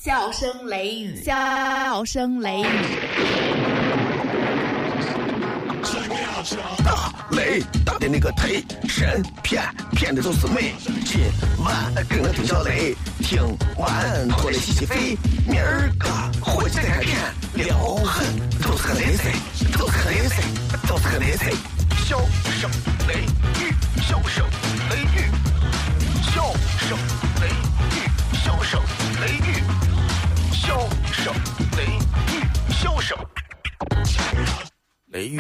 笑声雷雨，笑声雷雨。 大雷大的那个忒神骗骗的都是美。今晚跟我听小雷，听完过来洗洗肺。明儿个回去再开店，撩狠都是个雷贼，都是个雷贼，都是个雷贼。笑声雷雨，笑声雷雨，笑声雷雨，笑声雷雨，笑声雷雨，笑声雷雨。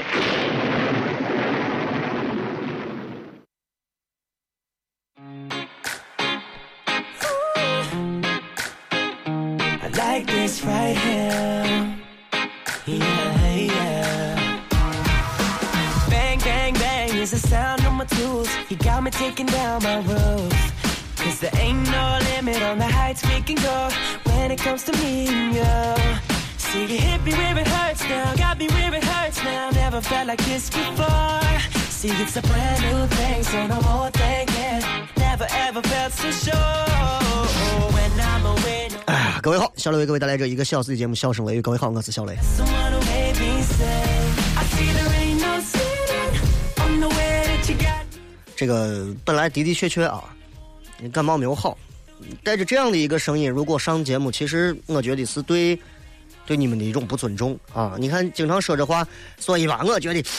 Like this right here, yeah, yeah. Bang, bang, bang is the sound of my tools. You got me taking down my roof. Cause there ain't no limit on the heights we can go when it comes to me and you. See you hit me where it hurts now, got me where it hurts now. Never felt like this before. See it's a brand new thing, so no more thinking. Never ever felt so sure when I'm away. 各位好，小雷为各位带来这一个小时的节目《笑声雷雨》。各位好，我是小雷。这个本来的的确确啊，你感冒没有好，带着这样的一个声音，如果上节目，其实我觉得是对你们的一种不尊重啊！你看，经常说这话，所以吧，我觉得，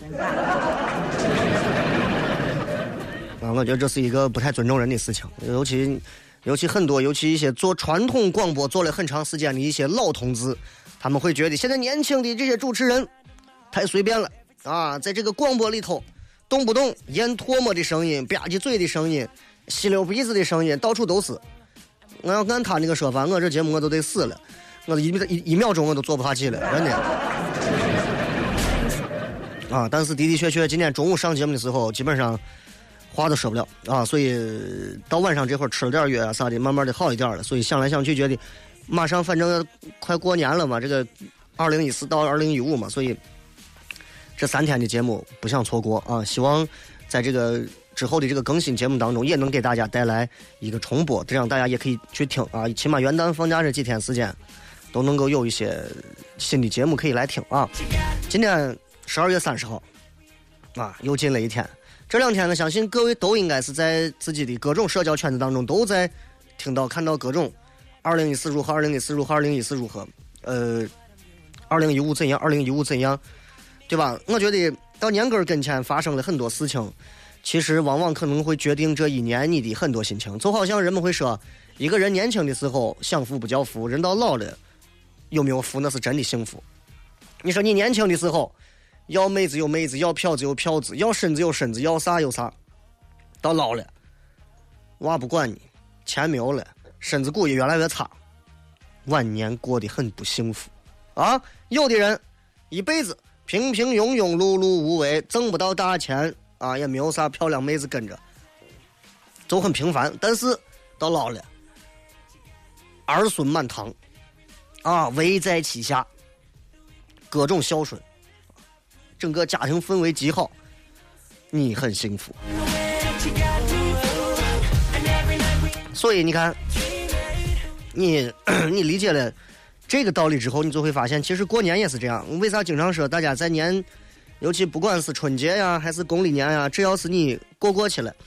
我觉得这是一个不太尊重人的事情，尤其很多，尤其一些做传统广播做了很长时间的一些老同志，他们会觉得现在年轻的这些主持人太随便了啊，在这个广播里头，动不动咽唾沫的声音、吧唧嘴的声音、吸溜鼻子的声音，到处都是。我要按他那个说法，我这节目我都得死了，我一秒钟我都做不下去了，真的。啊，但是的的确确，今天中午上节目的时候，基本上话都说不了啊，所以到晚上这会儿吃了点药啊啥的，慢慢的好一点了。所以想来想去，觉得马上反正快过年了嘛，这个2014到2015嘛，所以这3天的节目不想错过啊。希望在这个之后的这个更新节目当中，也能给大家带来一个重播，这样大家也可以去听啊。起码元旦放假这几天时间，都能够有一些新的节目可以来听啊。今天12月30号啊，又近了一天。这2天呢，相信各位都应该是在自己的各种社交圈子当中都在听到看到各种2014如何2014如何2014如何2015怎样2015怎样，对吧？我觉得到年根跟前发生了很多事情，其实往往可能会决定这一年你的很多心情。就好像人们会说，一个人年轻的时候享福不叫福，人到老了有没有福那是真的幸福。你说你年轻的时候要妹子有妹子，要票子有票子，要身子有身子，要啥有啥，到老了娃不管你，钱没有了，身子骨也越来越差，晚年过得很不幸福啊！有的人一辈子平平庸庸碌碌无为，挣不到大钱啊，也没有啥漂亮妹子跟着，都很平凡，但是到老了儿孙满堂啊，围在其下，各种孝顺，整个家庭氛围极好，你很幸福。所以你看，你理解了这个道理之后，你就会发现，其实过年也是这样。为啥经常说大家在年，尤其不管是春节呀，还是公历年呀，只要是你过去了，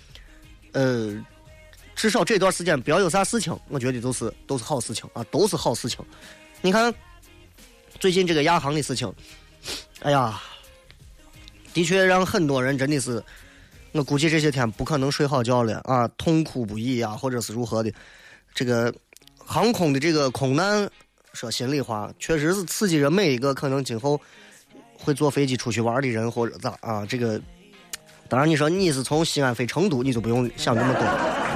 至少这段时间不要有啥事情，我觉得都是好事情啊，都是好事情。你看最近这个亚航的事情，哎呀，的确让很多人真的是，我估计这些天不可能睡好觉了啊，痛苦不已啊，或者是如何的。这个航空的这个空难，说心里话，确实是刺激着每一个可能今后会坐飞机出去玩的人或者咋啊。这个当然你说你是从西安飞成都，你就不用想那么多。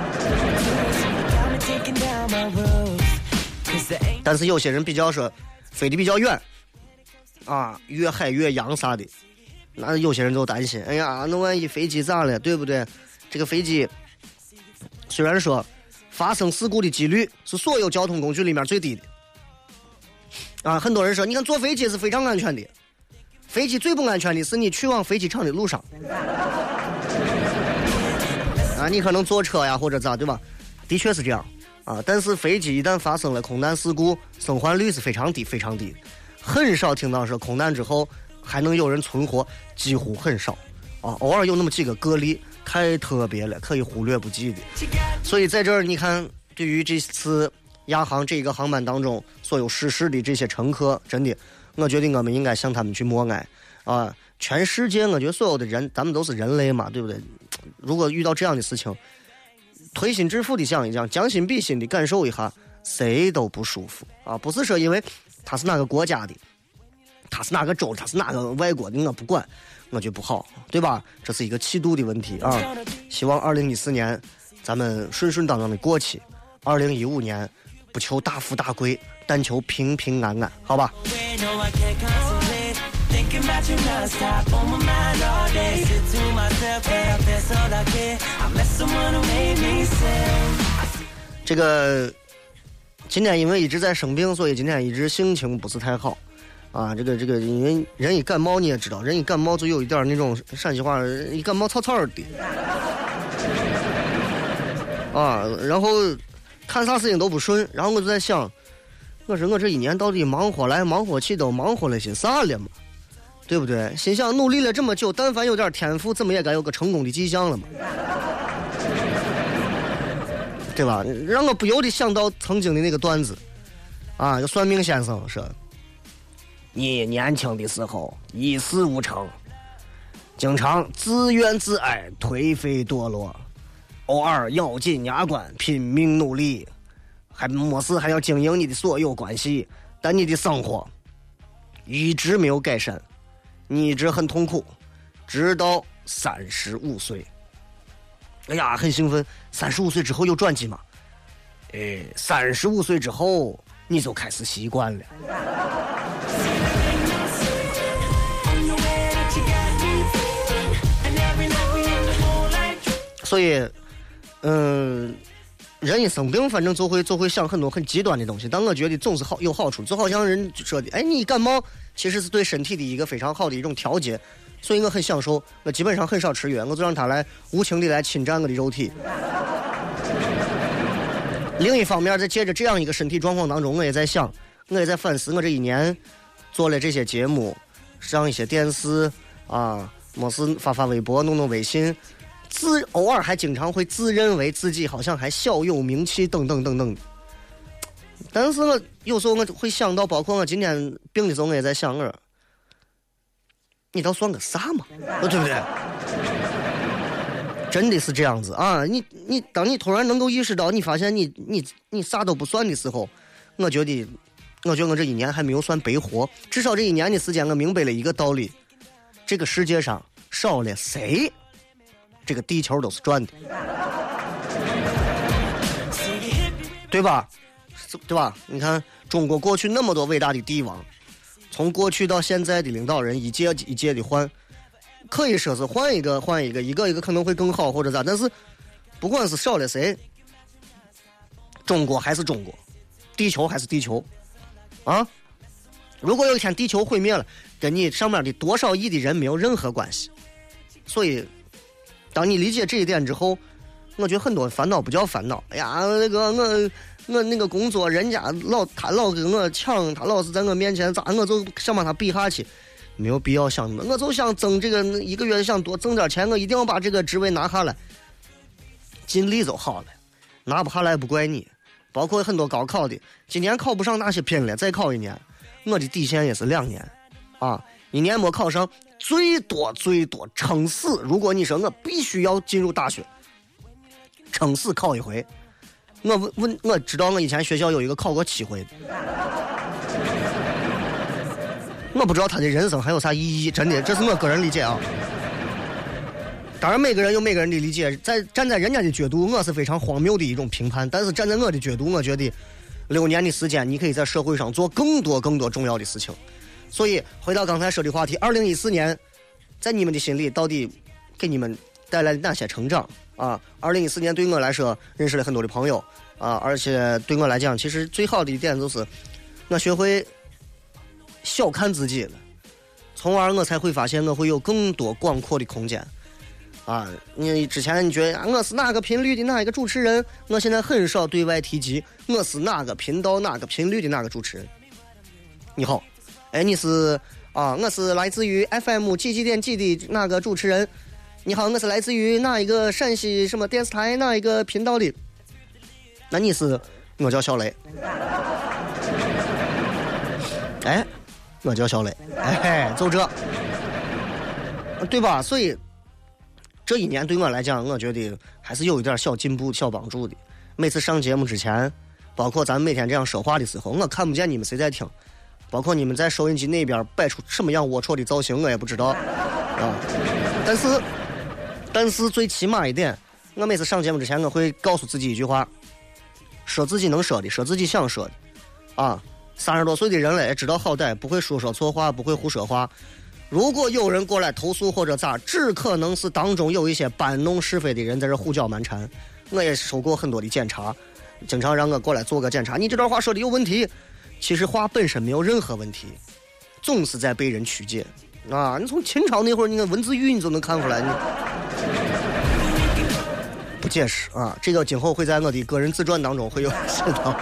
但是有些人比较说飞得比较远啊，越海越洋啥的，那有些人就担心，哎呀，那万一飞机咋了，对不对？这个飞机虽然说发生事故的几率是所有交通工具里面最低的啊，很多人说，你看坐飞机是非常安全的，飞机最不安全的是你去往飞机场的路上啊，你可能坐车呀或者咋，对吧？的确是这样， 啊，但是飞机一旦发生了空难事故，生还率是非常低非常低，很少听到说空难之后还能有人存活，几乎很少啊，偶尔有那么几个个例，太特别了，可以忽略不计的。所以在这儿你看，对于这次亚航这个航班当中所有失事的这些乘客，真的我觉得我们应该向他们去默哀啊！全世界我觉得所有的人，咱们都是人类嘛，对不对？如果遇到这样的事情，推心置腹的想一想，将心比心的感受一下，谁都不舒服啊！不是说因为他是哪个国家的，他是哪个州，他是哪个外国的，我不管，我觉得不好，对吧？这是一个气度的问题啊！希望2014年咱们顺顺当当的过去，2015年不求大富大贵，但求平平安安，好吧？这个今天因为一直在生病，所以今天一直心情不是太好啊。这个，因为人一感冒你也知道，人一感冒就有一点那种陕西话，一感冒草草的啊。然后看啥事情都不顺，然后我就在想，我说我这一年到底忙活来忙活去都忙活了些啥了嘛？对不对？心想努力了这么久，但凡有点天赋，怎么也该有个成功的迹象了嘛？对吧？让我不由得想到曾经的那个段子啊，有算命先生说，你年轻的时候一事无成，经常自怨自艾，颓废堕落，偶尔咬紧牙关拼命努力，还没事还要经营你的所有关系，但你的生活一直没有改善，你一直很痛苦，直到35岁。哎呀，很兴奋！35岁之后有转机吗？35岁之后你就开始习惯了。所以，人一生病，反正就会想很多很极端的东西。但我觉得总是有好处，就好像人说的，哎，你感冒其实是对身体的一个非常好的一种调节。所以我很享受，我基本上很少吃药，我就让他来无情的来侵占我的肉体。另一方面，在借着这样一个身体状况当中，我也在想，我也在反思，我这一年做了这些节目，上一些电视啊，没事发微博，弄微信，偶尔还经常会自认为自己好像还小有名气，等等等等。但是我有时候我会想到，包括我今天病的时候，我也在想我。你倒算个啥嘛，对不对？真的是这样子啊！你当你突然能够意识到，你发现你啥都不算的时候，我觉得我这一年还没有算白活，至少这一年的时间，我明白了一个道理：这个世界上少了谁，这个地球都是转的，对吧？对吧？你看中国过去那么多伟大的帝王。从过去到现在的领导人一届一届的换，可以说是换一个，一个可能会更好或者咋，但是不管是少了谁，中国还是中国，地球还是地球啊！如果有一天地球毁灭了，跟你上面的多少亿的人没有任何关系。所以当你理解这一点之后，我觉得很多烦恼不叫烦恼。哎呀，那个我那个工作，人家他老跟我抢，他老是在我面前咋，我就想把他比下去，没有必要想那么，我就想挣这个一个月想多挣点钱，我一定要把这个职位拿下来，尽力就好了，拿不下来不怪你。包括很多高考的，今年考不上那些拼了，再考一年，我的底线也是2年啊，1年没考上，最多撑死。如果你说我必须要进入大学，撑死考一回。我知道我以前学校有一个考过7回的，我不知道他的人生还有啥意义，真的，这是我个人理解啊。当然每个人有每个人的理解，站在人家的角度，我是非常荒谬的一种评判，但是站在我的角度，我觉得6年的时间你可以在社会上做更多重要的事情。所以回到刚才说的话题，2014年在你们的心里到底给你们带来哪些成长啊？2014年对我来说认识了很多的朋友啊，而且对我来讲，其实最好的一点就是我学会小看自己了，从而我才会发现我会有更多广阔的空间。 啊，你之前你觉得我是哪个频率的哪一个主持人，我现在很少对外提及我是哪个频道哪个频率的哪个主持人。你好，哎，你是啊，我是来自于 FM 几几点几的哪个主持人。你好，我是来自于哪一个陕西什么电视台哪一个频道的。那你是？我叫小雷。哎，我叫小雷。哎，就这，对吧？所以这一年对我来讲，我觉得还是有一点小进步、小帮助的。每次上节目之前，包括咱们每天这样说话的时候，我看不见你们谁在听，包括你们在收音机那边摆出什么样龌龊的造型，我也不知道啊。但是最起码一点，我每次上节目之前，我会告诉自己一句话：说自己能说的，说自己想说的，啊。30多岁的人了，也知道好歹，不会说错话，不会胡说话。如果有人过来投诉或者咋，只可能是当中有一些搬弄是非的人在这胡搅蛮缠。我也受过很多的检查，经常让我过来做个检查，你这段话说的有问题。其实话本身没有任何问题，总是在被人曲解啊！你从秦朝那会儿，你看文字狱你都能看出来，你不解释啊。这个今后会在我的个人自传当中会有写到。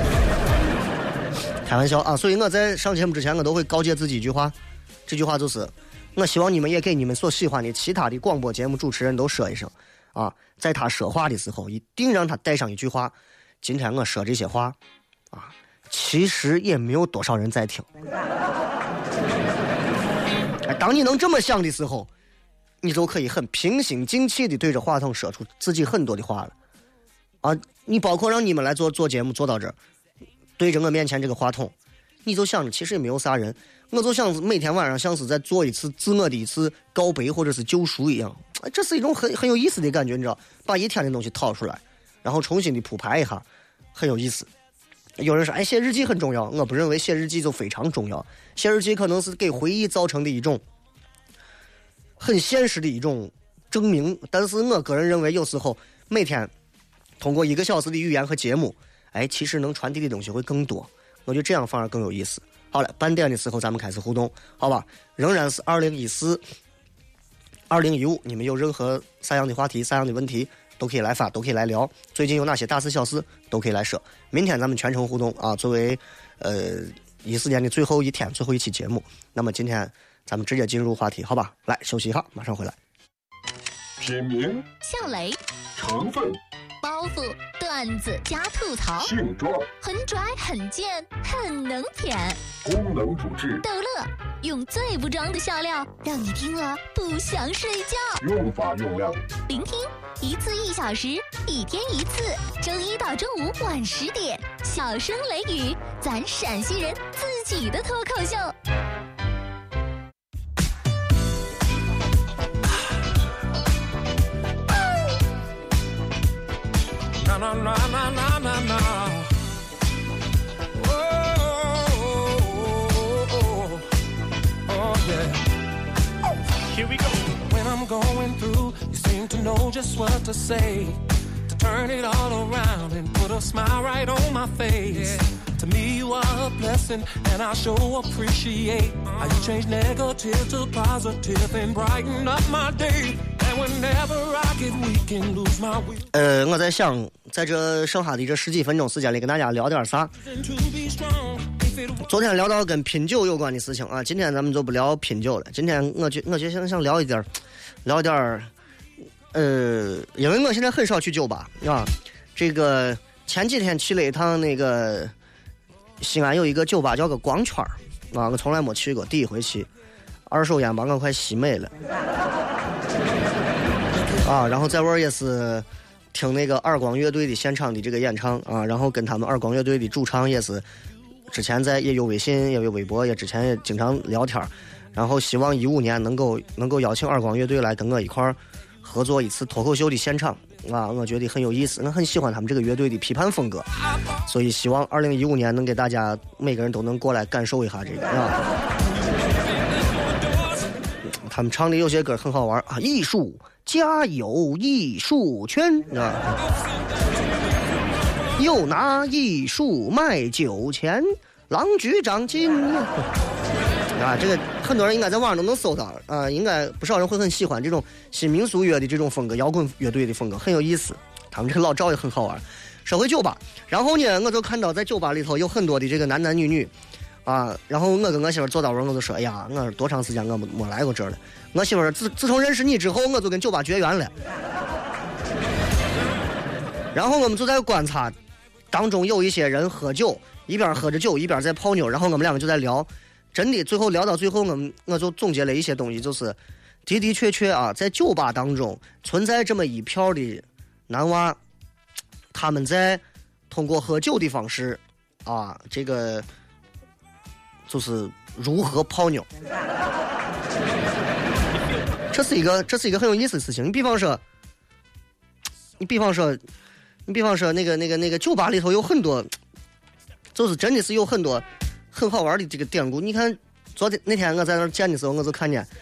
开玩笑啊！所以我在上节目之前，我都会告诫自己一句话，这句话就是：我希望你们也给你们所喜欢的其他的广播节目主持人都说一声啊，在他说话的时候，一定让他带上一句话：今天我说这些话啊，其实也没有多少人在听。当你能这么想的时候，你就可以很平心静气的对着话筒说出自己很多的话了啊！你包括让你们来做节目做到这儿。对着我面前这个话筒，你就想着其实也没有啥人，我就想每天晚上像是在做一次自我的一次告白或者是救赎一样，这是一种很有意思的感觉，你知道，把一天的东西掏出来，然后重新的铺排一下，很有意思。有人说，哎，写日记很重要，我不认为写日记就非常重要，写日记可能是给回忆造成的一种很现实的一种证明，但是我个人认为有时候每天通过1个小时的语言和节目。哎，其实能传递的东西会更多，我觉得这样反而更有意思。好了，半点的时候咱们开始互动，好吧？仍然是2014、2015，你们有任何啥样的话题、啥样的问题，都可以来发，都可以来聊。最近有哪些大事小事，都可以来说。明天咱们全程互动啊，作为14年的最后一天、最后一期节目。那么今天咱们直接进入话题，好吧？来休息一下，马上回来。 品名： 笑雷， 成分。 包袱、段子加吐槽， 性状很拽很贱很能舔， 功能主治逗乐，用最不装的笑料让你听了不想睡觉。 用法用量： 聆听1次1小时，1天1次，周一到周五晚10点，小声雷雨，咱陕西人自己的脱口秀。 No, no, no, no, no, no. Oh, yeah. Oh, here we go. When I'm going through, you seem to know just what to say, to turn it all around and put a smile right on my face. Yeah. To me, you are a blessing, and I sure appreciate how you change negative to positive and brighten up my day. 我在想，在这剩下的这10几分钟时间里，跟大家聊点啥？昨天聊到跟品酒有关的事情啊，今天咱们就不聊品酒了。今天我就想聊一点，因为我现在很少去酒吧啊。这个前几天去了一趟那个西安有一个酒吧叫个光圈啊，我从来没去过，第一回去，2手烟把我快吸没了。啊，然后在这儿也是听那个耳光乐队的现场的这个演唱啊，然后跟他们耳光乐队的主唱也是之前也有微信也有微博，也之前也经常聊天，然后希望15年能够邀请耳光乐队来跟我一块儿合作一次脱口秀的现场啊，我觉得很有意思，我很喜欢他们这个乐队的批判风格，所以希望2015年能给大家每个人都能过来感受一下这个啊。他们唱的有些歌很好玩啊，艺术加油艺术圈啊，又拿艺术卖酒钱，郎局长金啊， 啊，这个很多人应该在网上都能搜到啊，应该不少人会很喜欢这种新民俗乐的这种风格，摇滚乐队的风格很有意思。他们这个老赵也很好玩。社会酒吧，然后呢，我就看到在酒吧里头有很多的这个男男女女，啊，然后我跟我媳妇坐到我就说，哎呀，我多长时间我没来过这儿了。我媳妇自从认识你之后，我就跟酒吧绝缘了。然后我们就在观察，当中有一些人喝酒，一边喝着酒一边在泡妞，然后我们两个就在聊，真的最后聊到最后，我就总结了一些东西，就是的的确确啊，在酒吧当中存在这么一票的男娃。他们在通过喝酒的方式，啊，这个就是如何泡妞，这是一个很有意思的事情。你比方说那个酒吧里头有很多，就是真的是有很多很好玩的这个典故。你看那天我在那儿见的时候，我就看见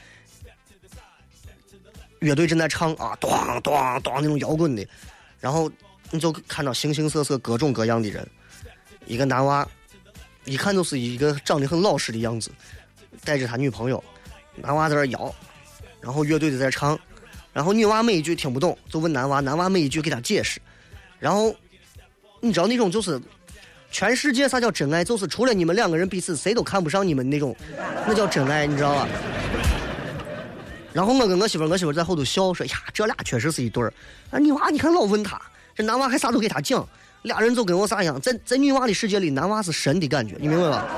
乐队正在唱啊，咚咚咚那种摇滚的，然后。你就看到形形色色各种各样的人，一个男娃一看就是一个长得很老实的样子，带着他女朋友，男娃在那摇，然后乐队的在唱，然后女娃每一句听不懂就问男娃，男娃每一句给他解释，然后你知道那种就是全世界啥叫真爱，就是除了你们两个人彼此谁都看不上你们那种，那叫真爱，你知道吧？然后我跟我媳妇在后头笑说呀，这俩确实是一对儿啊，女娃你看老问他。这男娃还啥都给他讲，俩人就跟我啥一样，在女娃的世界里，男娃是神的感觉，你明白吧？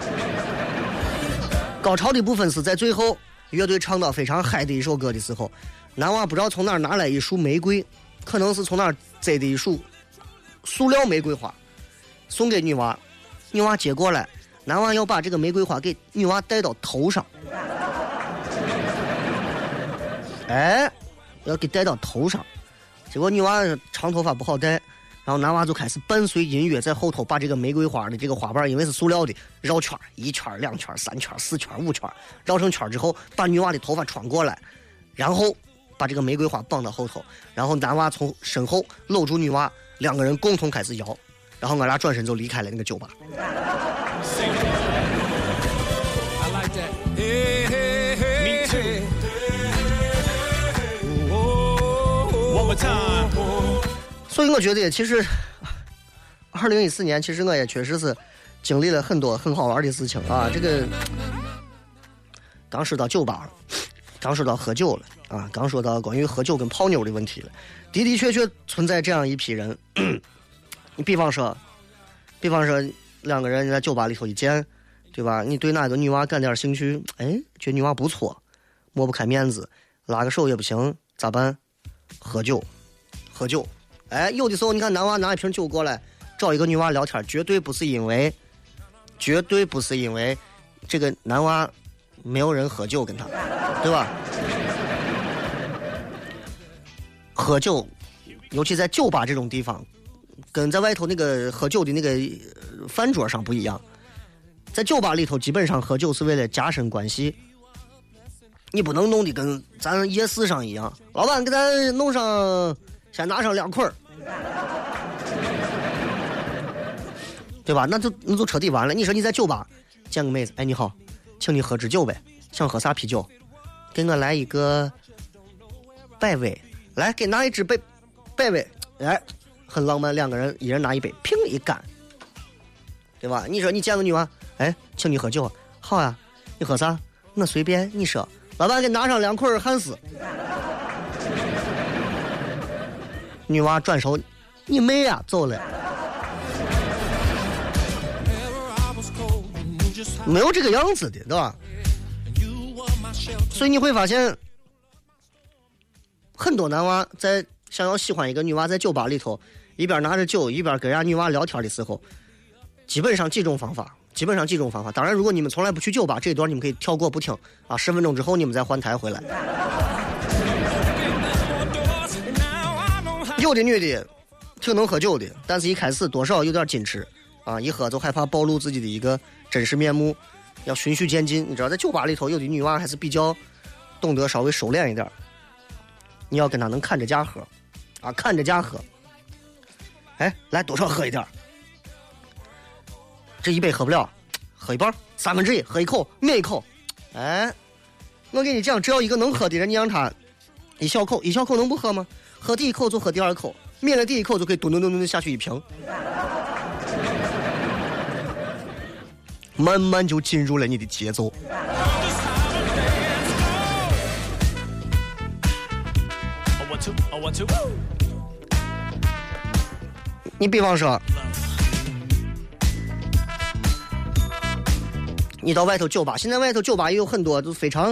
高潮的部分是在最后，乐队唱到非常嗨的一首歌的时候，男娃不知道从哪儿拿来一束玫瑰，可能是从哪儿摘的一束塑料玫瑰花，送给女娃，女娃接过来，男娃要把这个玫瑰花给女娃戴到头上，哎，要给戴到头上。结果女娃长头发不好戴，然后男娃就开始伴随音乐在后头把这个玫瑰花的这个花瓣，因为是塑料的，绕圈，1圈、2圈、3圈、4圈、5圈，绕成圈之后，把女娃的头发穿过来，然后把这个玫瑰花绑到后头，然后男娃从身后搂住女娃，两个人共同开始摇，然后我俩转身就离开了那个酒吧。所以我觉得其实2014年其实我也确实是经历了很多很好玩的事情啊。这个刚说到酒吧了，刚说到喝酒了啊，刚说到关于喝酒跟泡妞的问题了，的的确确存在这样一批人。你比方说两个人在酒吧里头一见，对吧？你对哪个女娃感点兴趣，哎，觉得女娃不错，抹不开面子，拉个手也不行，咋办？喝酒，哎，有的时候你看男娃拿一瓶酒过来找一个女娃聊天，绝对不是因为这个男娃没有人喝酒跟他，对吧？喝酒，尤其在酒吧这种地方，跟在外头那个喝酒的那个饭桌上不一样。在酒吧里头，基本上喝酒是为了加深关系。你不能弄得跟咱夜市上一样，老板给咱弄上，先拿上2块，对吧？那就彻底完了。你说你在酒吧见个妹子，哎，你好，请你喝支酒呗，想喝啥啤酒？给我来一个百威，来给拿一支百威，哎，很浪漫，两个人一人拿一杯，砰一干，对吧？你说你见个女娃，哎，请你喝酒，好呀，你喝啥？我随便，你说。老板给拿上2块汉斯，女娃转手，你妹呀，走了。没有这个样子的，对吧？所以你会发现，很多男娃在想要喜欢一个女娃，在酒吧里头一边拿着酒一边跟人家女娃聊天的时候，基本上几种方法。当然，如果你们从来不去酒吧，这一段你们可以跳过不听啊，10分钟之后你们再换台回来。有的女的挺能喝酒的，但是一开始多少有点矜持啊，一喝就害怕暴露自己的一个真实面目，要循序渐进。你知道，在酒吧里头，有的女娃还是比较懂得稍微收敛一点，你要跟她能看着价喝啊，看着价喝。哎，来多少喝一点。这一杯喝不了， 喝一半，1/3喝一口，抿一口。哎，我跟你讲，只要一个能喝的人，你让他一小口能不喝吗？喝第一口就喝第二口，抿了第一口就可以咚咚咚咚下去一瓶，慢慢就进入了你的节奏。你比方说，你到外头酒吧，现在外头酒吧也有很多都非常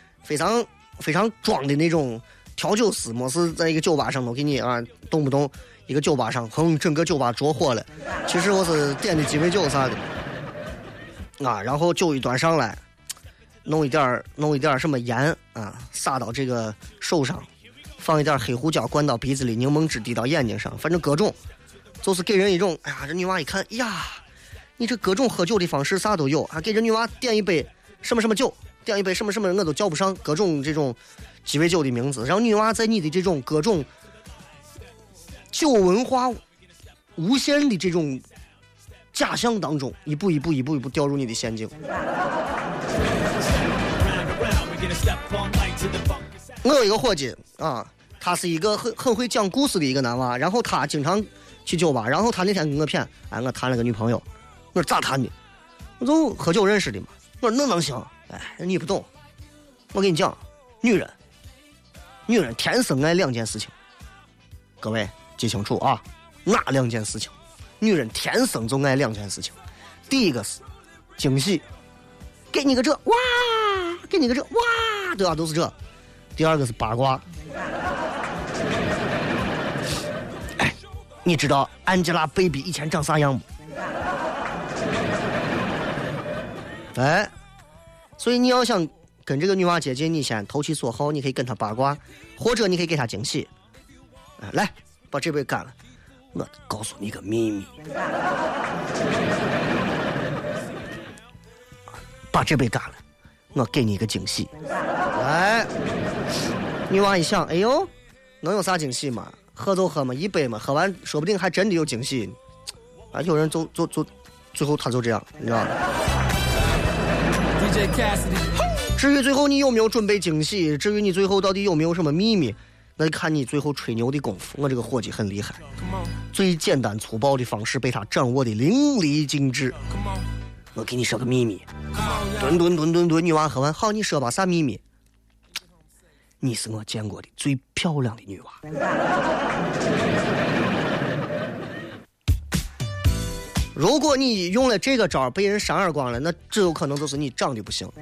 装的那种调酒师，没事在一个酒吧上头给你啊，动不动一个酒吧上，整个酒吧着火了。其实我是点的鸡尾酒啥的啊，然后酒一端上来，弄一点什么盐啊，撒到这个手上，放一点黑胡椒灌到鼻子里，柠檬汁滴到眼睛上，反正各种，就是给人一种，哎呀，这女娃一看呀，你这各种喝酒的方式啥都有啊，给这女娃点一杯什么什么酒，点一杯什么什么我都叫不上，各种这种鸡尾酒的名字，让女娃在你的这种各种酒文化无限的这种假象当中，一步一步掉入你的陷阱。我有一个伙计啊，他是一个很会讲故事的一个男娃，然后他经常去酒吧，然后他那天跟我谝，哎，我谈了个女朋友，我说咋谈的？我就喝酒认识的嘛。我说那能行？哎，你不懂，我跟你讲，女人天生爱两件事情，各位记清楚啊，哪两件事情？女人天生就爱两件事情，第一个是惊喜，给你个这哇，给你个这哇，对吧？都是这。第二个是八卦。哎，你知道 Angelababy 以前长啥样吗？哎，所以你要想跟这个女娃接近，你先投其所好，你可以跟她八卦，或者你可以给她惊喜。哎，来，把这杯干了。我告诉你个秘密，把这杯干了，我给你一个惊喜。哎，女娃一想，哎呦，能有啥惊喜吗？喝就喝嘛，一杯嘛，喝完说不定还真的有惊喜。啊，有人就最后他就这样，你知道吗？至于最后你有没有准备惊喜，至于你最后到底有没有什么秘密，那看你最后吹牛的功夫。我这个伙计很厉害，最简单粗暴的方式被他掌握的淋漓尽致。我给你说个秘密，吨，女娃喝完，好，你说吧，啥秘密？你是我见过的最漂亮的女娃。如果你用了这个招被人扇耳光了，那只有可能就是你长得不行。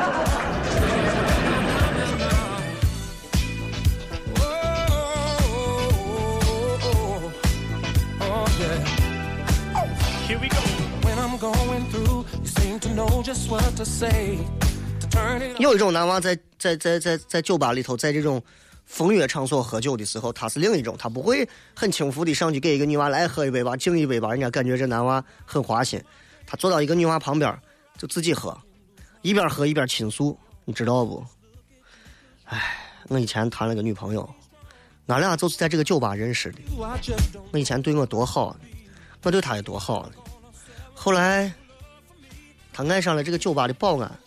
有一种男娃在酒吧里头，在这种风月场所喝酒的时候，他是另一种，他不会很轻浮的上去给一个女娃来喝一杯吧，敬一杯吧，人家感觉这男娃很花心，他坐到一个女娃旁边就自己喝，一边喝一边倾诉，你知道不？哎，我以前谈了个女朋友，俺俩就是在这个酒吧认识的，我以前对我多好，我对她也多好，后来他爱上了这个酒吧的保安。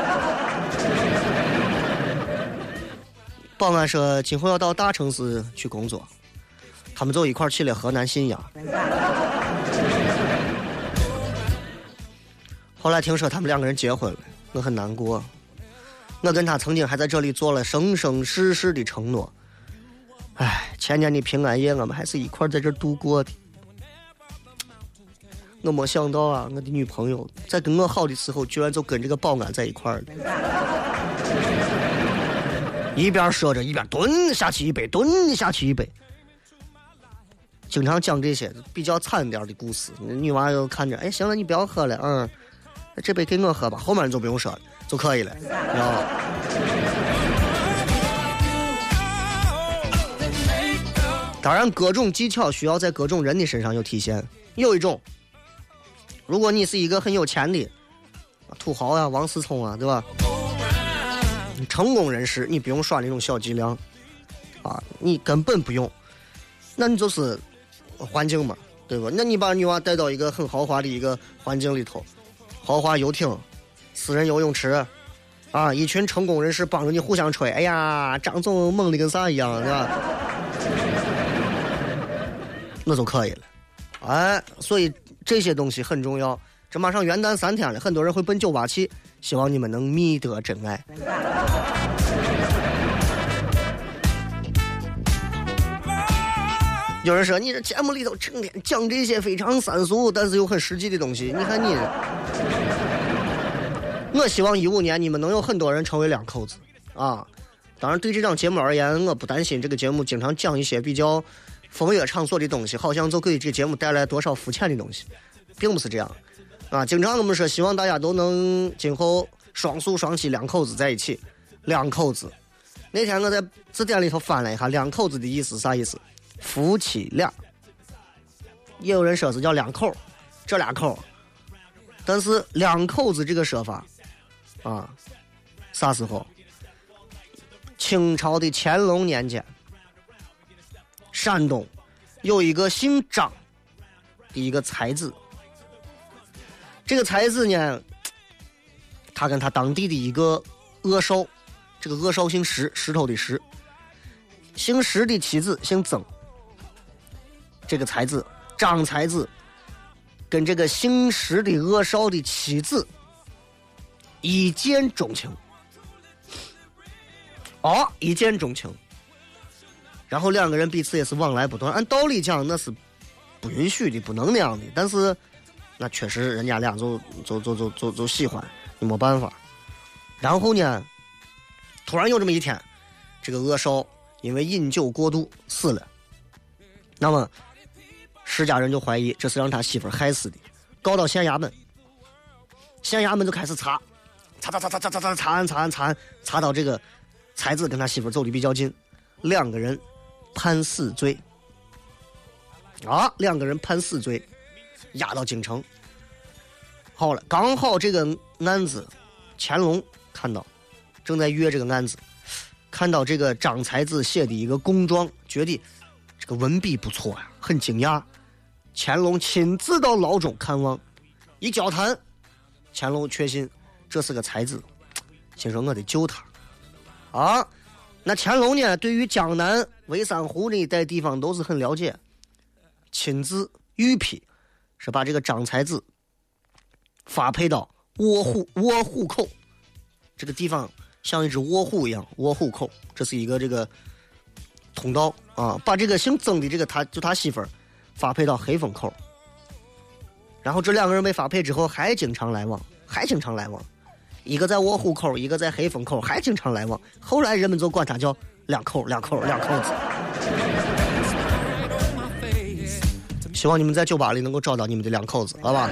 保安说今后要到大城市去工作，他们就一块去了河南信阳。后来听说他们两个人结婚了，我很难过。我跟他曾经还在这里做了生生世世的承诺。哎，前年的平安夜我们还是一块在这度过的。我没想到啊，我的女朋友在跟我好的时候，居然就跟这个保安在一块了。一边说着，一边蹲下去一杯，蹲下去一杯。经常讲这些比较惨点的故事，女娃又看着，哎，行了，你不要喝了，这杯给我喝吧，后面你就不用说了，就可以了，知道吧？当然，各种技巧需要在各种人的身上有体现。有一种，如果你是一个很有钱的土豪呀、王思聪啊，对吧？成功人士，你不用耍那种小伎俩啊，你根本不用。那你就是环境嘛，对吧？那你把女娃带到一个很豪华的一个环境里头， 豪华游艇、私人游泳池，啊，一群成功人士帮着你互相吹，哎呀，张总猛的跟啥一样，对吧？那就可以了。哎，所以这些东西很重要。这马上元旦3天了，很多人会奔酒吧去，希望你们能觅得真爱。有人说你这节目里头成天讲这些非常三俗但是又很实际的东西，你看你，我希望15年你们能有很多人成为两口子啊！当然对这档节目而言，我不担心这个节目经常讲一些比较风月场所的东西，好像就给这个节目带来多少肤浅的东西，并不是这样啊！经常我们说希望大家都能今后双宿双栖两口子在一起，两口子。那天我在字典里头翻了一下，两口子的意思啥意思？夫妻俩，也有人说是叫两口，这俩口，但是两口子这个说法啊，啥时候？清朝的乾隆年间，山东有一个姓张的一个才子，这个才子呢，他跟他当地的一个阿寿，这个阿寿姓石，石头的石，姓石的妻子姓曾。这个才子张才子跟这个姓石的阿少的妻子一见钟情，一见钟情，然后两个人彼此也是往来不断。按道理讲那是不允许的，不能那样的，但是那确实人家俩就喜欢，你没办法。然后呢，突然有这么一天，这个阿少因为饮酒过度死了，那么石家人就怀疑这是让他媳妇害死的，告到县衙门，县衙门就开始查案，查到这个才子跟他媳妇走的比较近，两个人判死罪，两个人判死罪，押到京城。好了，刚好这个案子乾隆看到，正在阅这个案子，看到这个张才子写的一个供状，觉得这个文笔不错呀，很惊讶。乾隆亲自到牢中看望，一交谈，乾隆确信这是个才子，心说我得救他啊。那乾隆呢，对于江南魏三湖那一带地方都是很了解，亲自御批是把这个张才子发配到窝户口这个地方，像一只窝虎一样，窝户口这是一个这个通道啊，把这个姓曾的这个他媳妇儿发配到黑风口，然后这两个人被发配之后还经常来往，一个在窝户口，一个在黑风口，还经常来往。后来人们就管他叫两口子。希望你们在酒吧里能够找到你们的两口子，好吧？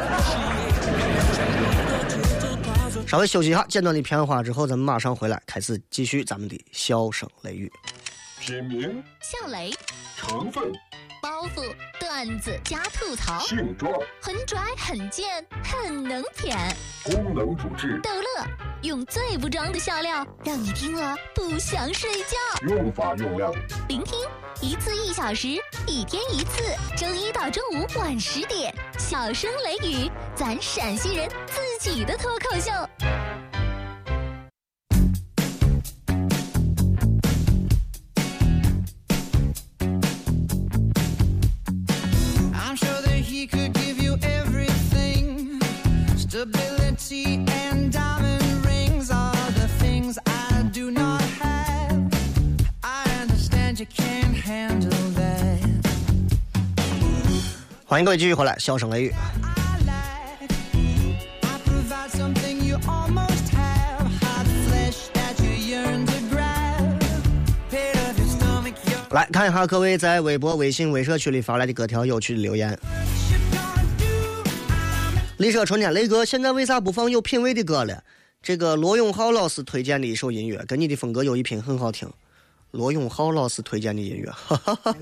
稍微休息一下，简短的片花之后，咱们马上回来，开始继续咱们的笑声雷雨。 品名、 笑雷、 成分、 包袱、段子加吐槽， 性状、 很拽很贱很能舔， 功能主治、 逗乐，用最不装的笑料让你听了不想睡觉。 用法用量， 聆听1次1小时，1天1次，周一到周五晚10点，笑声雷雨，咱陕西人自己的脱口秀。 Stability and diamond rings are the things I do not have. I understand you can't handle that. 欢迎各位继续回来，笑声雷雨。来看一下各位在微博、微信、微社区里发来的各条有趣的留言。丽舍春天，雷哥，现在为啥不放有品位的歌了？这个罗永浩老师推荐的一首音乐，跟你的风格有一拼，很好听。罗永浩老师推荐的音乐，哈哈哈。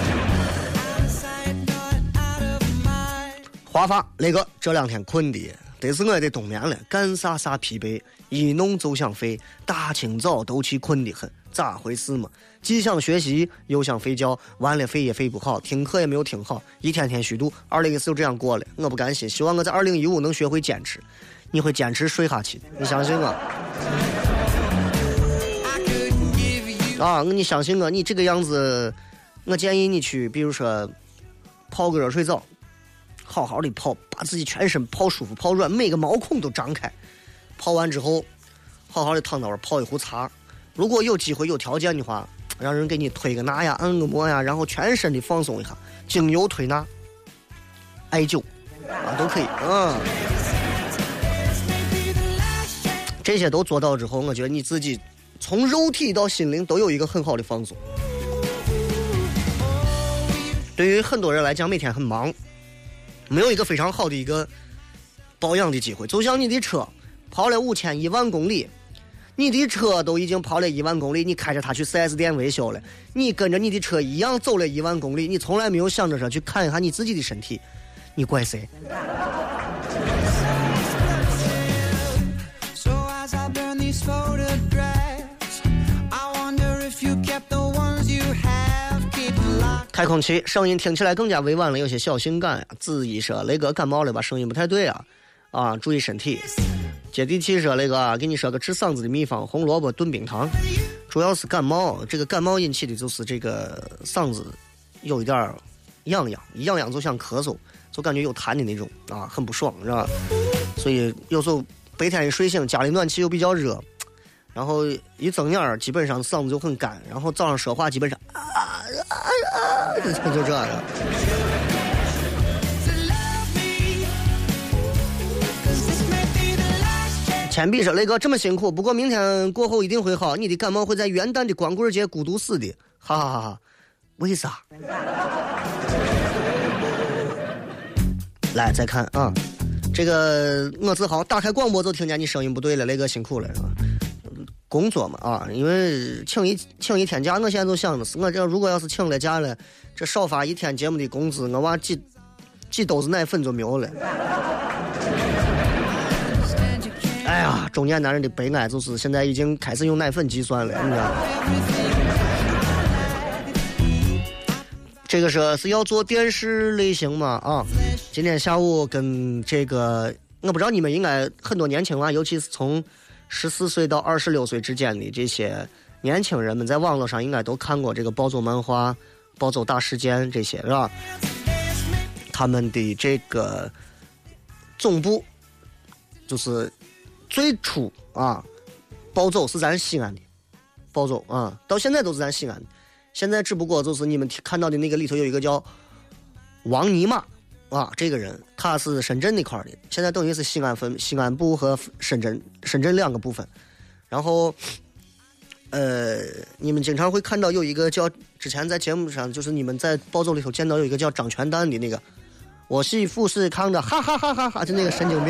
华发，雷哥这2天困的这次我也得冬眠了，干啥啥疲惫，一弄就想飞，大清早都去困得很，咋回事嘛？既想学习又想睡觉，完了睡也睡不好，听课也没有听好，一天天虚度。2014就这样过了，我不甘心，希望我在2015能学会坚持。你会坚持睡下去的，你相信我。啊，你相信我，你这个样子，我建议你去，比如说泡个热水澡，好好的泡，把自己全身泡舒服、泡软，每个毛孔都张开。泡完之后，好好的躺那儿泡一壶茶。如果有机会有条件的话，让人给你推个拿呀、按个摩呀，然后全身的放松一下，精油推拿、艾灸啊都可以。这些都做到之后，我觉得你自己从肉体到心灵都有一个很好的放松。对于很多人来讲，每天很忙，没有一个非常好的一个保养的机会。就像你的车跑了5000、1万公里，你的车都已经跑了1万公里，你开着它去 4S 店维修了，你跟着你的车一样走了1万公里，你从来没有想着说去看一下你自己的身体，你怪谁？开空气，声音听起来更加委婉了，有些小性感呀。子怡说雷哥感冒了吧，声音不太对啊，注意身体。接地气说雷哥给你说个治嗓子的秘方，红萝卜炖冰糖。主要是感冒，这个感冒引起的就是这个嗓子有一点痒痒，一痒痒就想咳嗽，就感觉有痰的那种啊，很不爽，是吧？所以有时候白天一睡醒，家里暖气又比较热，然后一睁眼基本上嗓子就很干，然后早上说话基本上就这样。铅笔说雷哥这么辛苦，不过明天过后一定会好，你的感冒会在元旦的光棍节孤独死的，哈哈哈哈！为啥？来再看啊，这个我自豪，打开广播就听见你声音不对了，雷哥辛苦了是吧？工作嘛啊，因为请一天假，我现在就想的是，我这如果要是请了假了，这少发一天节目的工资，我娃几兜子奶粉就没有了。哎呀，中年男人的悲哀就是现在已经开始用奶粉计算了，你知道吗？这个是要做电视类型嘛啊？今天下午跟这个，我不知道你们应该很多年轻啊，尤其是从14岁到26岁之间的这些年轻人们，在网络上应该都看过这个暴走漫画、暴走大事件这些，是吧？他们的这个总部就是最初啊，暴走是咱西安的，暴走啊，到现在都是咱西安的。现在只不过就是你们看到的那个里头有一个叫王尼玛啊，这个人他是深圳那块的，现在等于是西安部和深圳两个部分。然后你们经常会看到有一个叫，之前在节目上就是你们在暴走里头见到有一个叫张全蛋的那个，我是富士康的，哈哈哈哈哈，就那个神经病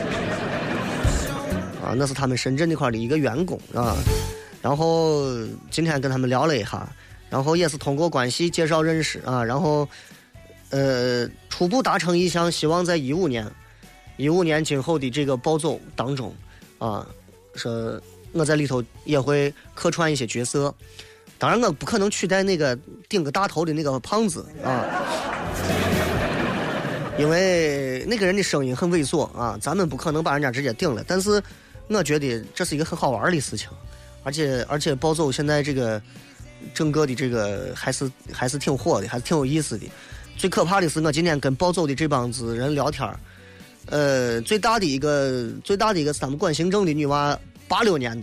啊，那是他们深圳那块的一个员工啊。然后今天跟他们聊了一下，然后也是通过关系介绍认识啊，然后初步达成意向，希望在15年今后的这个暴走当中啊，说我在里头也会客串一些角色，当然我不可能取代那个顶个大头的那个胖子啊，因为那个人的声音很猥琐啊，咱们不可能把人家直接顶了，但是我觉得这是一个很好玩的事情，而且暴走现在这个整个的这个还是挺火的，还是挺有意思的。最可怕的是我今天跟暴走的这帮子人聊天，最大的一个是他们管行政的女娃，86年的，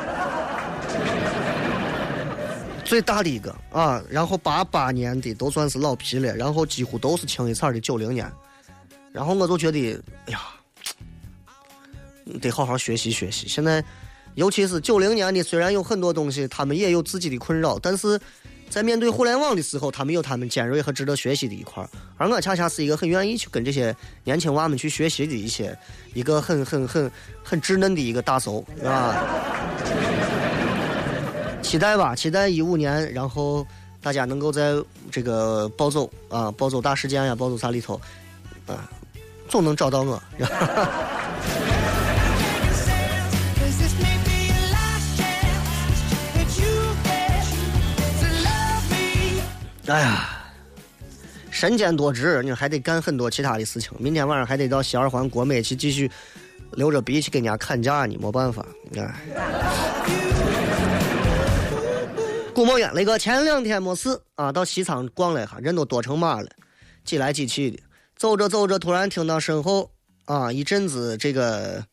最大的一个啊，然后88年的都算是老皮了，然后几乎都是清一色的90年，然后我就觉得，哎呀，得好好学习学习。现在尤其是90年的，虽然有很多东西他们也有自己的困扰，但是在面对互联网的时候，他们有他们尖锐和值得学习的一块，而我恰恰是一个很愿意去跟这些年轻娃们去学习的一个很稚嫩的一个大手啊！期待吧，期待15年，然后大家能够在这个暴走大事件呀、暴走啥里头啊，总能找到我。 哎呀，身兼多职，你还得干很多其他的事情。明天晚上还得到西二环国美去继续留着鼻去给人家看家，你没办法。哎，顾某远那个前2天没事啊，到西仓逛了一下，人都多成马了，挤来挤去的。走着走着，突然听到身后啊一阵子这个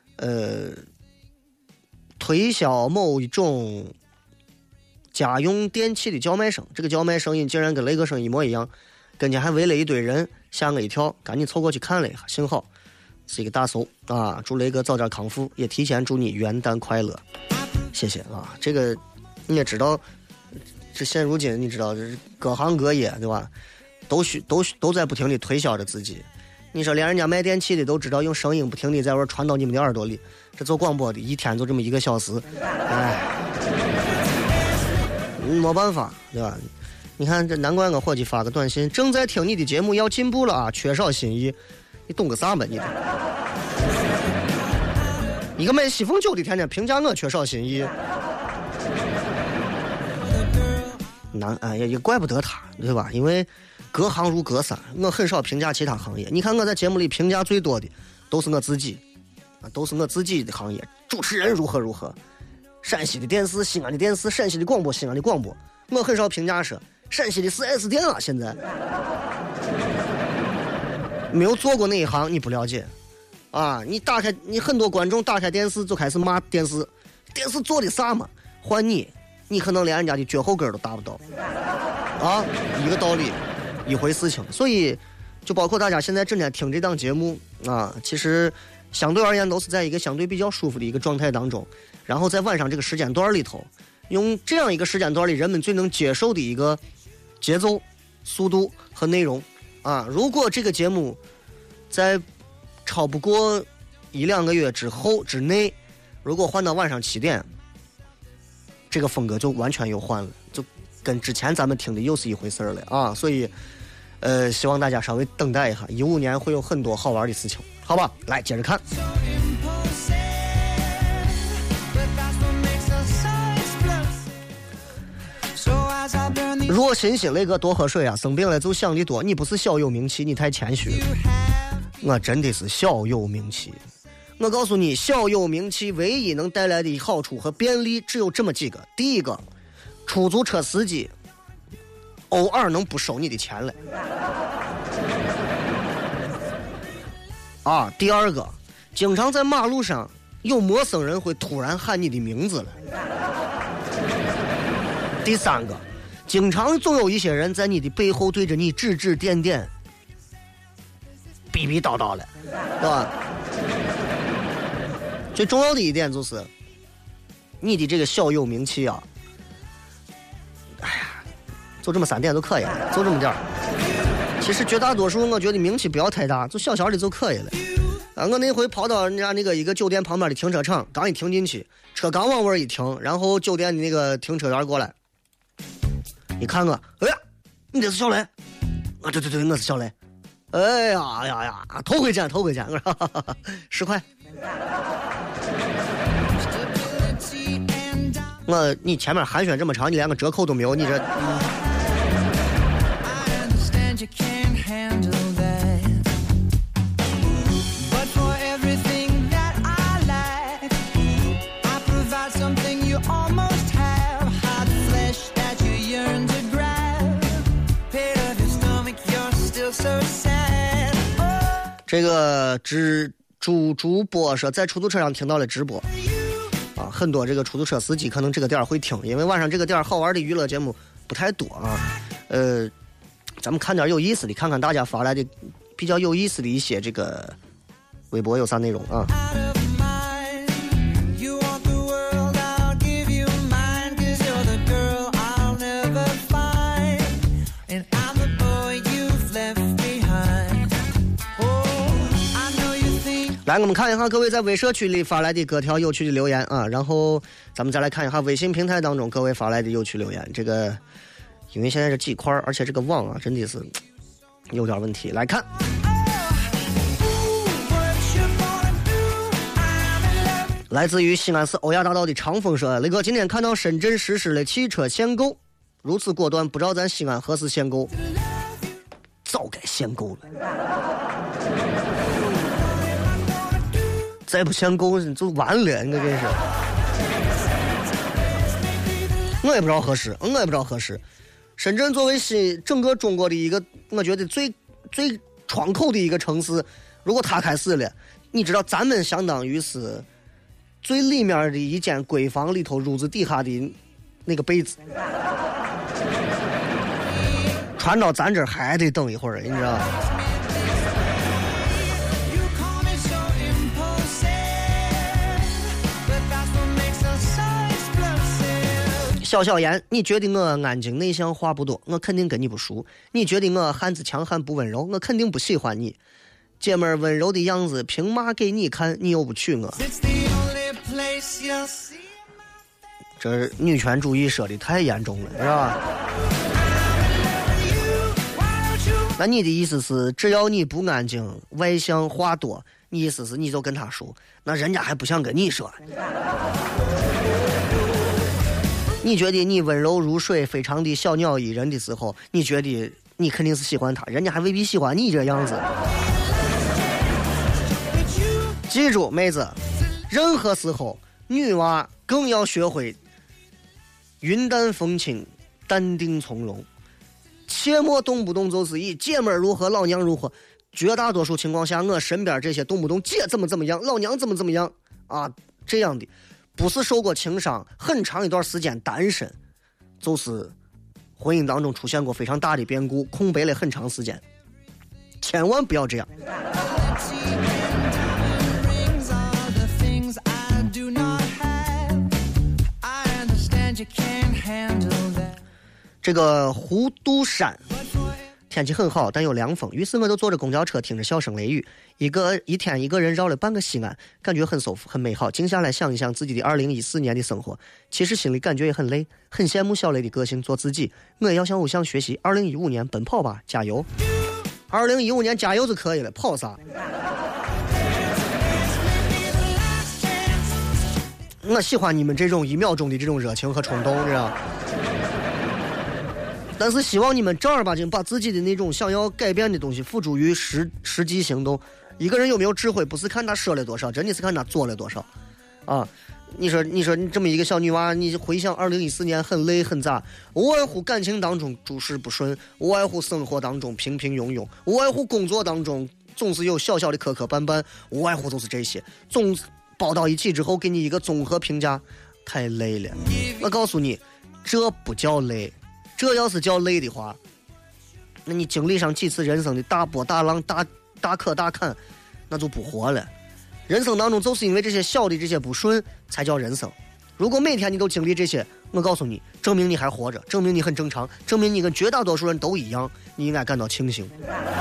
推销某一种家用电器的叫卖声，这个叫卖声音竟然跟雷哥声一模一样，跟前还围了一堆人，吓我一跳，赶紧凑过去看了一下，幸好是一个大叔啊！祝雷哥早点康复，也提前祝你元旦快乐，谢谢啊！这个你也知道，这现如今你知道，这各行各业对吧？都在不停地推销着自己。你说连人家卖电器的都知道用声音不停地在这传到你们的耳朵里，这做广播的一天就这么1个小时，哎，没办法对吧？你看这难怪我伙计发个短信，正在听你的节目要进步了啊，缺少新意，你懂个啥嘛你的？一个卖西凤酒的天天评价我缺少新意，哎也怪不得他对吧？因为隔行如隔山，我很少评价其他行业。你看我在节目里评价最多的都是我自己啊，都是我自己的行业，主持人如何如何，陕西的电视、西安的电视，陕西的广播、西安的广播。我很少评价说陕西的 4S 店啊，现在没有做过那一行，你不了解啊。你很多观众打开电视就开始骂电视做的啥嘛？换你可能连人家的脚后跟都达不到啊，一个道理。一回事情，所以就包括大家现在正在听这档节目啊，其实相对而言都是在一个相对比较舒服的一个状态当中，然后在晚上这个时间段里头，用这样一个时间段里人们最能接受的一个节奏、速度和内容啊。如果这个节目在超不过1-2个月之内，如果换到晚上7点，这个风格就完全又换了，就跟之前咱们听的又是一回事了啊！所以，希望大家稍微等待一下，15年会有很多好玩的事情，好吧？来接着看。若欣欣那个多喝水啊，生病了就想的多。你不是小有名气，你太谦虚了。我真的是小有名气。我告诉你，小有名气唯一能带来的好处和便利只有这么几个。第一个，出租车司机偶尔能不收你的钱了啊。第二个，经常在马路上有陌生人会突然喊你的名字了。第三个，经常总有一些人在你的背后对着你指指点点逼逼叨叨了，对吧？最重要的一点就是你的这个小有名气啊，哎呀，就这么3点就可以了，就这么点儿。其实绝大多数我觉得名气不要太大，就小小的就可以了。啊，我那回跑到人家那个一个酒店旁边的停车场，刚一停进去，车刚往外一停，然后酒店的那个停车员过来，你看我，哎呀，你这是小雷啊？对，我是小雷。哎呀，头回见，我说10块。你前面寒暄这么长，你连个折扣都没有，你这。这个主播说在出租车上听到了直播啊，很多这个出租车司机可能这个点会听，因为晚上这个点好玩的娱乐节目不太多啊。咱们看点有意思的，看看大家发来的比较有意思的一些这个微博有啥内容啊。来，我们看一下各位在微社区里发来的各条有趣的留言啊，然后咱们再来看一下微信平台当中各位发来的有趣留言。这个因为现在这几块，而且这个网啊真的是有点问题。来看，来自于西安市欧亚大道的长风说：雷哥，今天看到深圳实施了汽车限购如此果断，不知道咱西安何时限购？早该限购了。再不限购就完了，你这是。我也不知道何时。深圳作为整个中国的一个，我觉得最窗口的一个城市，如果它开始了，你知道咱们相当于是最里面的一间闺房里头褥子底下的那个被子，传到咱这儿还得等一会儿，你知道。小小言，你觉得我安静内向话不多，我肯定跟你不熟。你觉得我汉子强悍不温柔，我肯定不喜欢你。姐妹儿温柔的样子凭嘛给你看，你又不娶我。这女权主义说的太严重了，是吧？那你的意思是，只要你不安静外向话多，你意思是你就跟他说，那人家还不想跟你说。你觉得你温柔如水，非常的小鸟依人的时候，你觉得你肯定是喜欢他，人家还未必喜欢你这样子。记住，妹子，任何时候女娃更要学会云淡风轻、淡定从容，切莫动不动就是以姐妹如何、老娘如何。绝大多数情况下，我身边这些动不动姐怎么样、老娘怎么样啊这样的。不是受过情伤，很长一段时间单身，就是婚姻当中出现过非常大的变故，空白了很长时间，千万不要这样。这个弧度山天气很好，但有凉风，于是我就坐着公交车听着小声雷雨，一天一个人绕了半个西安，感觉很舒服很美好。静下来想一想自己的2014年的生活，其实心里感觉也很累，很羡慕小雷的个性，做自己。我也要向偶像学习，2015年奔跑吧，加油！2015年加油就可以了，跑啥？我喜欢你们这种1秒钟的这种热情和冲动，知道。但是希望你们正儿八经把自己的那种想要改变的东西付诸于实际行动。一个人有没有智慧，不是看他说了多少，真的是看他做了多少。啊，你说你这么一个小女娃，你回想2014年很累很咋，无外乎感情当中诸事不顺，无外乎生活当中平平庸庸，无外乎工作当中总是有小小的磕磕绊绊，无外乎都是这些，总包到一起之后给你一个综合评价，太累了。我告诉你，这不叫累。这要是叫累的话，那你经历上几次人生的大波大浪、大磕大坎，那就不活了。人生当中就是因为这些小的这些不顺才叫人生。如果每天你都经历这些，我告诉你，证明你还活着，证明你很正常，证明你跟绝大多数人都一样，你应该感到庆幸。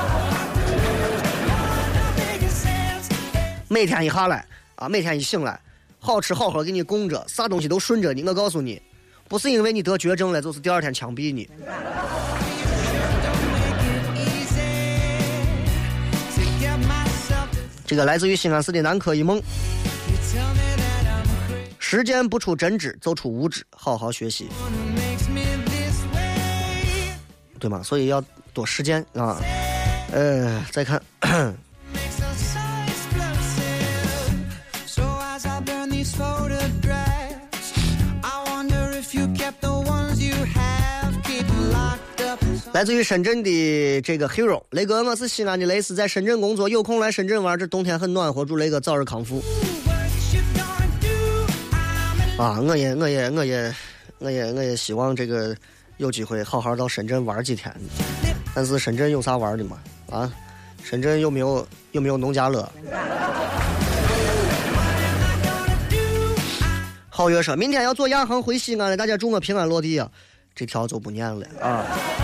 每天一下来啊，每天一醒来，好吃好喝给你供着，啥东西都顺着你，我告诉你。不是因为你得绝症了，就是第二天枪毙你。这个来自于西安市的南柯一梦。时间不出真知，走出无知，好好学习，对吗？所以要多实践啊。再看。来自于深圳的这个 Hero 雷哥，我是西安的雷斯，在深圳工作，有空来深圳玩，这冬天很暖和，祝雷哥早日康复。啊，我也希望这个有机会好好到深圳玩几天，但是深圳有啥玩的吗？啊，深圳有没有农家乐？皓月说，明天要坐亚航回西安了，大家祝我平安落地啊！这条就不念了啊。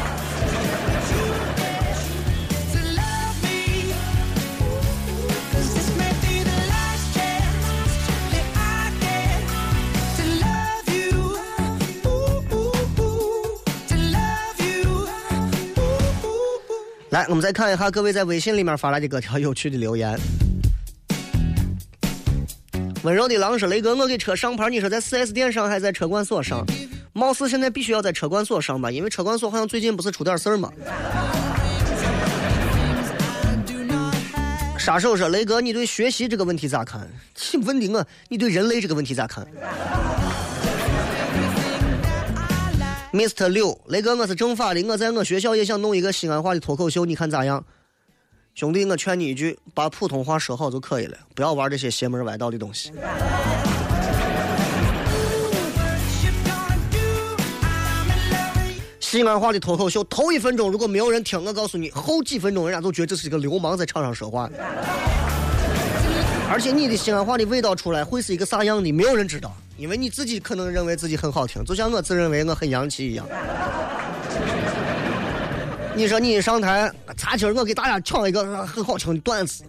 来，我们再看一下各位在微信里面发来的各条有趣的留言。温柔的狼说，雷哥，我给车上牌，你说在 4S 店上还在车管所上， 貌似现在必须要在车管所上班，因为车管所好像最近不是出点事儿吗？杀手说：“雷哥，你对学习这个问题咋看？”请问你你对人类这个问题咋看 ？Mr. 6，雷哥，我是政法的，我在我学校也想弄一个西安话的脱口秀，你看咋样？兄弟，我劝你一句，把普通话说好就可以了，不要玩这些邪门歪道的东西。西安话的脱口秀头1分钟如果没有人听，我告诉你，后几分钟人家都觉得这是一个流氓在场上说话，而且你的西安话的味道出来会是一个啥样的，没有人知道，因为你自己可能认为自己很好听，就像我自认为我很洋气一样。你说你一上台，擦今儿我给大家唱一个很好听的段子，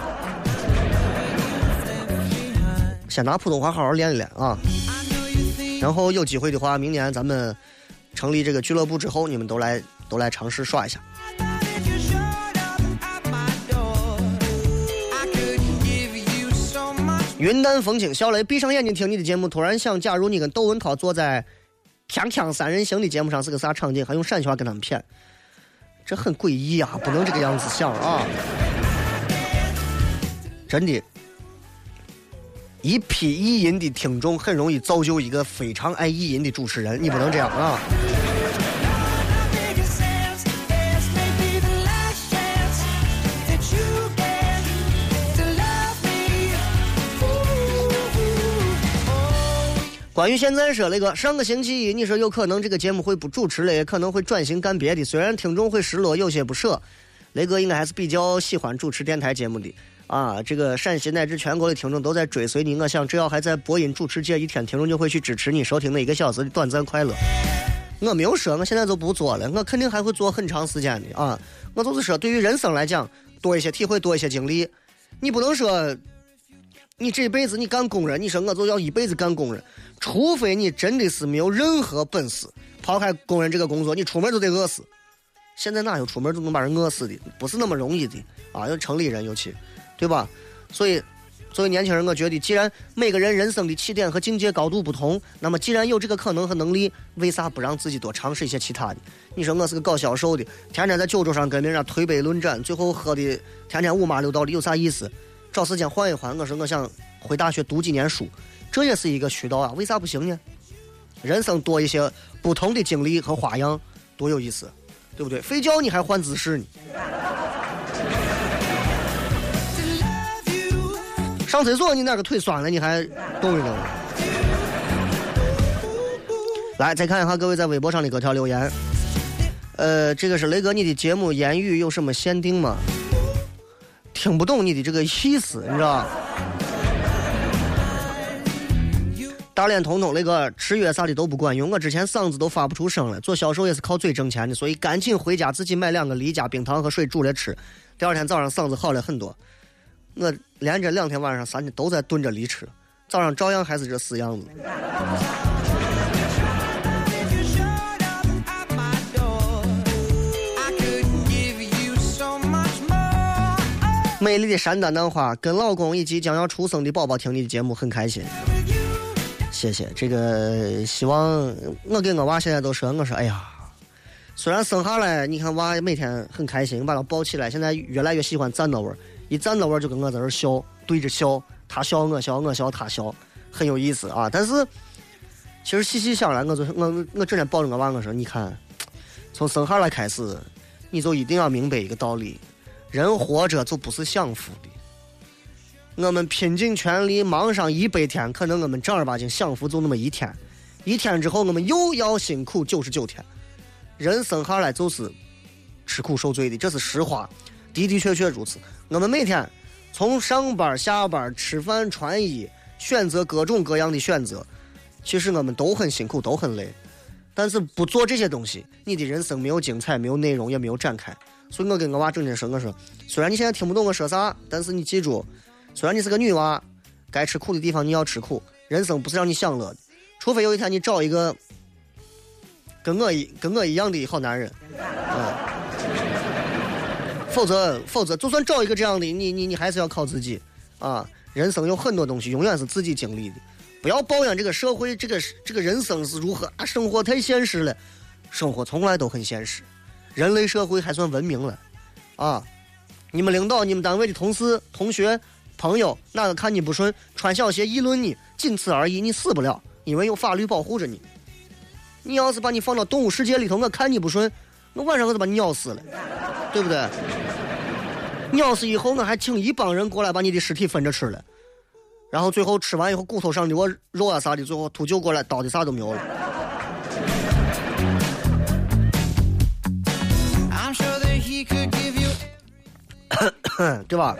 先拿普通话好好练一练啊，然后有机会的话，明年咱们成立这个俱乐部之后，你们都来尝试刷一下。云淡风轻，小雷闭上眼睛听你的节目，突然想，假如你跟窦文涛坐在锵锵三人行的节目上是个啥场景，还用陕西话跟他们骗，这很诡异啊，不能这个样子想啊！真的，一批意淫的听众很容易造就一个非常爱意淫的主持人，你不能这样啊！关于现在说那个上个星期一，你说有可能这个节目会不主持了，也可能会转型干别的，虽然听众会失落，有些不舍，雷哥应该还是比较喜欢主持电台节目的啊。这个陕西乃至全国的听众都在追随你，我想只要还在播音主持界，一天听众就会去支持你收听那1个小时的短暂快乐。我没有说我现在就不做了，我肯定还会做很长时间的啊。我就是说对于人生来讲，多一些体会，多一些经历，你不能说你这辈子你干工人，你说我就要一辈子干工人，除非你真的是没有任何本事，抛开工人这个工作，你出门就得饿死。现在哪有出门就能把人饿死的？不是那么容易的啊！要城里人尤其，对吧？所以作为年轻人，我觉得既然每个人人生的起点和境界高度不同，那么既然有这个可能和能力，为啥不让自己多尝试一些其他的？你说我是个搞销售的，天天在酒桌上跟别人推杯论斩，最后喝的天天五马六道的，有啥意思？找时间换一换，我说我想回大学读几年书，这也是一个渠道啊，为啥不行呢？人生多一些不同的经历和花样，多有意思，对不对？非叫你还换姿势呢。上厕所你哪个腿酸了，你还动一动？来，再看一下各位在微博上的各条留言。这个是雷哥，你的节目言语有什么限定吗？听不懂你的这个意思，你知道吧？大脸彤彤，那个吃药啥的都不管用，我之前嗓子都发不出声了，做销售也是靠嘴挣钱的，所以赶紧回家自己买2个梨加冰糖和水煮来吃，第二天早上嗓子好了很多。我连着2天晚上3天都在炖着梨吃，早上照样还是这死样子。美丽的山丹丹花跟老公以及将要出生的宝宝听你的节目很开心，谢谢。这个希望我给我娃现在都说，我说哎呀，虽然生下来你看娃每天很开心，把他抱起来，现在越来越喜欢站到位，一站到位就跟我在这笑，对着笑，他笑我笑，我笑他笑，很有意思啊。但是其实细细想来，我整天抱着我娃，我说你看，从生下来开始，你就一定要明白一个道理。人活着就不是享福的，我们拼尽全力忙上100天，可能我们正儿八经享福就那么1天，1天之后我们又要辛苦99天。人生下来就是吃苦受罪的，这是实话，的的确确如此。我们每天从上班下班吃饭穿衣，选择各种各样的选择，其实我们都很辛苦都很累，但是不做这些东西，你的人生没有精彩，没有内容，也没有展开。所以我跟我娃整天说，我说虽然你现在听不懂我说啥，但是你记住，虽然你是个女娃，该吃苦的地方你要吃苦，人生不是让你享乐的，除非有一天你找一个跟我一样的好男人，否则就算找一个这样的，你还是要靠自己啊。人生有很多东西永远是自己经历的， 不要抱怨这个社会，这个人生是如何啊，生活太现实了，生活从来都很现实，人类社会还算文明了啊！你们领导、你们单位的同事、同学、朋友，哪个看你不顺，穿小鞋议论你，仅此而已，你死不了，因为有法律保护着你。你要是把你放到动物世界里头，我看你不顺，我晚上我就把你咬死了，对不对？咬死以后，我还请一帮人过来把你的尸体分着吃了。然后最后吃完以后，骨头上留肉啊啥的，最后秃鹫过来，刀的啥都没有了。对吧？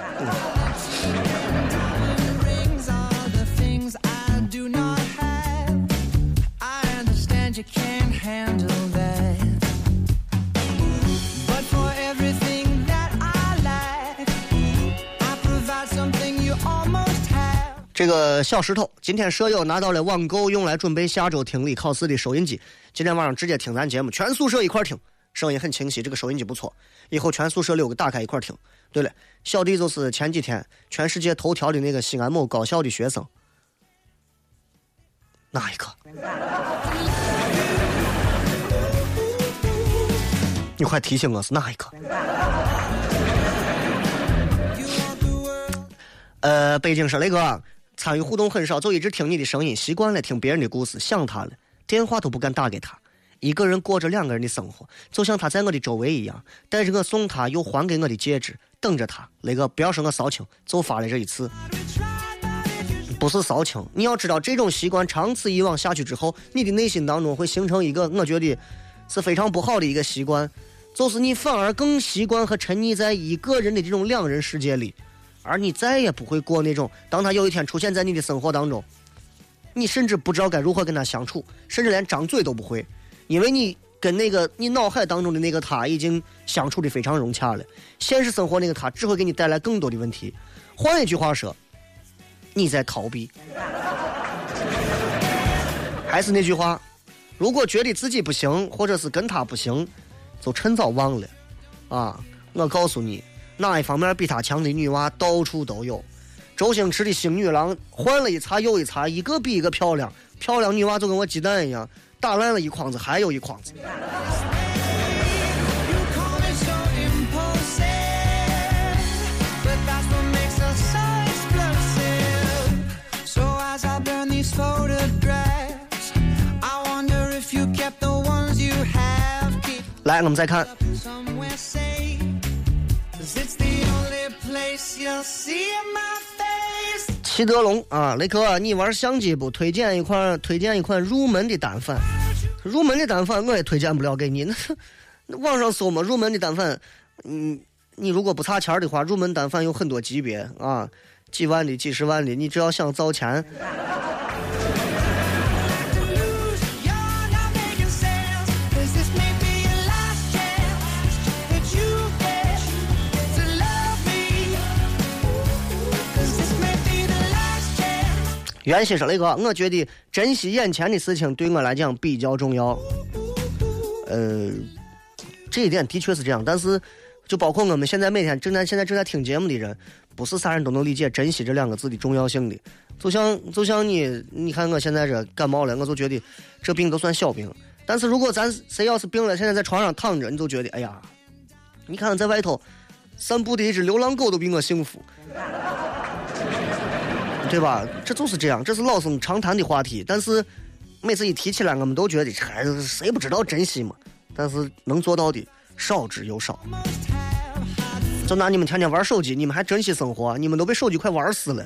这个小石头今天舍友拿到了网购用来准备下周听力考试的收音机，今天晚上直接听咱节目，全宿舍一块听，声音很清晰，这个收音机不错，以后全宿舍6个打开一块听。对了，小弟就是前几天全世界头条的那个西安某高校的学生。哪一个？你快提醒我是哪一个？北京市那个参与互动很少，就一直听你的声音，习惯了听别人的故事，想他了，电话都不敢打给他，一个人过着2个人的生活，就像他在我的周围一样，带着我送他又还给我的戒指，等着他。那个不要说我骚情，就发了这一次，不是骚情。你要知道，这种习惯长此以往下去之后，你的内心当中会形成一个我觉得是非常不好的一个习惯，就是你反而更习惯和沉溺在一个人的这种2人世界里，而你再也不会过那种当他有一天出现在你的生活当中，你甚至不知道该如何跟他相处，甚至连张嘴都不会，因为你跟那个你脑海当中的那个他已经相处的非常融洽了，现实生活那个他只会给你带来更多的问题。换一句话说，你在逃避。还是那句话，如果觉得自己不行，或者是跟他不行，就趁早忘了啊！我告诉你，哪一方面比他强的女娃到处都有。周星驰的星女郎换了一茬又一茬，一个比一个漂亮，漂亮女娃就跟我鸡蛋一样，打烂了一筐子还有一筐子。来，我们再看齐德龙啊，雷哥，你玩相机不？推荐一款入门的单反。入门的单反我也推荐不了给你，那网上搜嘛，入门的单反，你如果不差钱的话，入门单反有很多级别啊，几万的、几十万的，你只要想造钱。袁先生那个，我觉得珍惜眼前的事情对我来讲比较重要。这一点的确是这样，但是就包括我们现在每天正在听节目的人，不是啥人都能理解珍惜这2个字的重要性的。就像你看我现在这感冒了，我就觉得这病都算小病，但是如果咱谁要是病了，现在在床上躺着，你就觉得哎呀，你看在外头散步的一只流浪狗都比我幸福。对吧？这就是这样，这是老生常谈的话题，但是每次一提起来，我们都觉得这孩子谁不知道珍惜嘛？但是能做到的少之又少。就拿你们天天玩手机，你们还珍惜生活？你们都被手机快玩死了。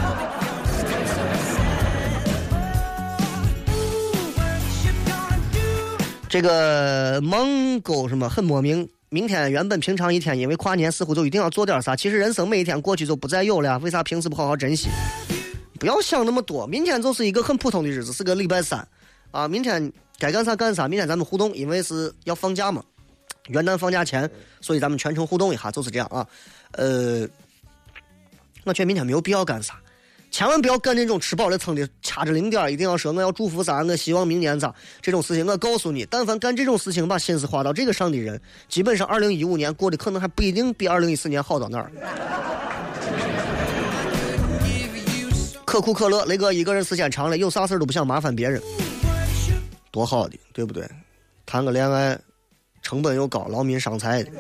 这个盲狗什么很莫名。明天原本平常一天，因为跨年似乎就一定要做点啥，其实人生每一天过去就不再有了，为啥平时不好好珍惜？不要想那么多，明天就是一个很普通的日子，是个礼拜3啊，明天该干啥干啥，明天咱们互动，因为是要放假嘛，元旦放假前，所以咱们全程互动一下，就是这样啊。我觉得明天没有必要干啥，千万不要干那种吃饱了撑的掐着零点，一定要说我要祝福啥，我希望明年咋，这种事情我告诉你，但凡干这种事情把心思花到这个上的人，基本上2015年过得可能还不一定比2014年好到哪儿。 可口可乐，雷哥一个人时间长了，有啥事都不想麻烦别人，多好的，对不对？谈个恋爱成本又高，劳民伤财的。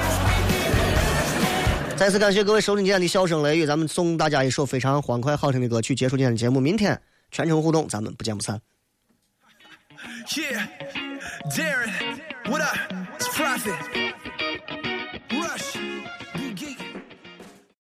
再次感谢各位收听今天的笑声雷雨，咱们送大家一首非常欢快好听的歌曲，结束今天的节目。明天全程互动，咱们不见不散。 Yeah, Darren, what up? It's Prophet.